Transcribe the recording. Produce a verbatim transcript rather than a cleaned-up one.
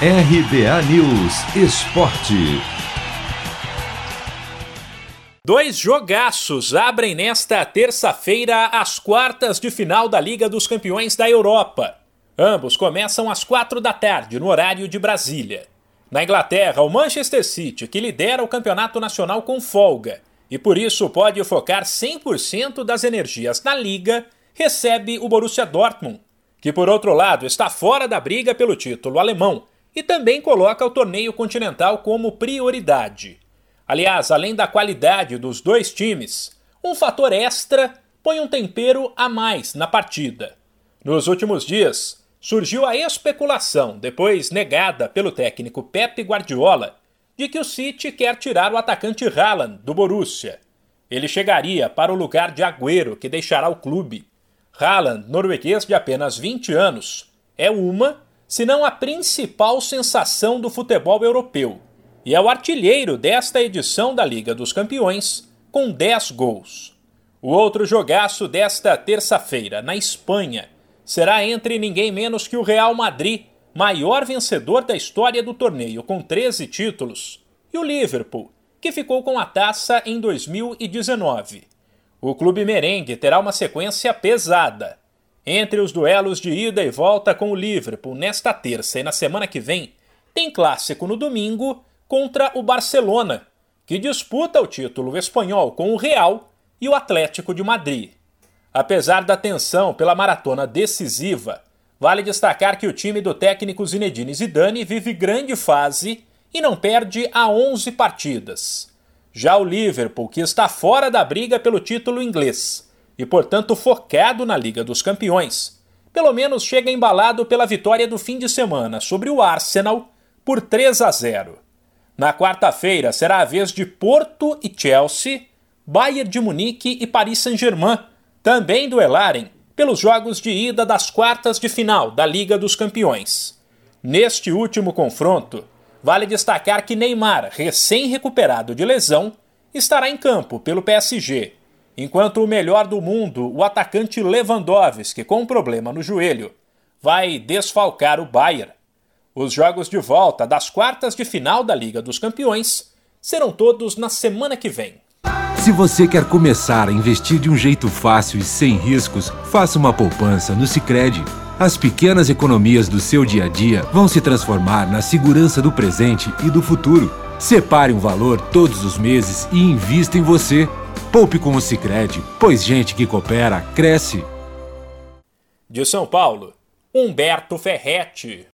R B A News Esporte. Dois jogaços abrem nesta terça-feira as quartas de final da Liga dos Campeões da Europa. Ambos começam às quatro da tarde, no horário de Brasília. Na Inglaterra, o Manchester City, que lidera o campeonato nacional com folga e por isso pode focar cem por cento das energias na Liga, recebe o Borussia Dortmund, que por outro lado está fora da briga pelo título alemão e também coloca o torneio continental como prioridade. Aliás, além da qualidade dos dois times, um fator extra põe um tempero a mais na partida. Nos últimos dias, surgiu a especulação, depois negada pelo técnico Pep Guardiola, de que o City quer tirar o atacante Haaland do Borussia. Ele chegaria para o lugar de Agüero, que deixará o clube. Haaland, norueguês de apenas vinte anos, é uma, se não a principal sensação do futebol europeu, e é o artilheiro desta edição da Liga dos Campeões, com dez gols. O outro jogaço desta terça-feira, na Espanha, será entre ninguém menos que o Real Madrid, maior vencedor da história do torneio com treze títulos, e o Liverpool, que ficou com a taça em dois mil e dezenove. O clube merengue terá uma sequência pesada. Entre os duelos de ida e volta com o Liverpool nesta terça e na semana que vem, tem clássico no domingo contra o Barcelona, que disputa o título espanhol com o Real e o Atlético de Madrid. Apesar da tensão pela maratona decisiva, vale destacar que o time do técnico Zinedine Zidane vive grande fase e não perde há onze partidas. Já o Liverpool, que está fora da briga pelo título inglês e, portanto, focado na Liga dos Campeões, pelo menos chega embalado pela vitória do fim de semana sobre o Arsenal por três a zero. Na quarta-feira será a vez de Porto e Chelsea, Bayern de Munique e Paris Saint-Germain também duelarem pelos jogos de ida das quartas de final da Liga dos Campeões. Neste último confronto, vale destacar que Neymar, recém-recuperado de lesão, estará em campo pelo P S G, enquanto o melhor do mundo, o atacante Lewandowski, com um problema no joelho, vai desfalcar o Bayern. Os jogos de volta das quartas de final da Liga dos Campeões serão todos na semana que vem. Se você quer começar a investir de um jeito fácil e sem riscos, faça uma poupança no Sicredi. As pequenas economias do seu dia a dia vão se transformar na segurança do presente e do futuro. Separe um valor todos os meses e invista em você. Poupe com o Sicredi, pois gente que coopera, cresce. De São Paulo, Humberto Ferretti.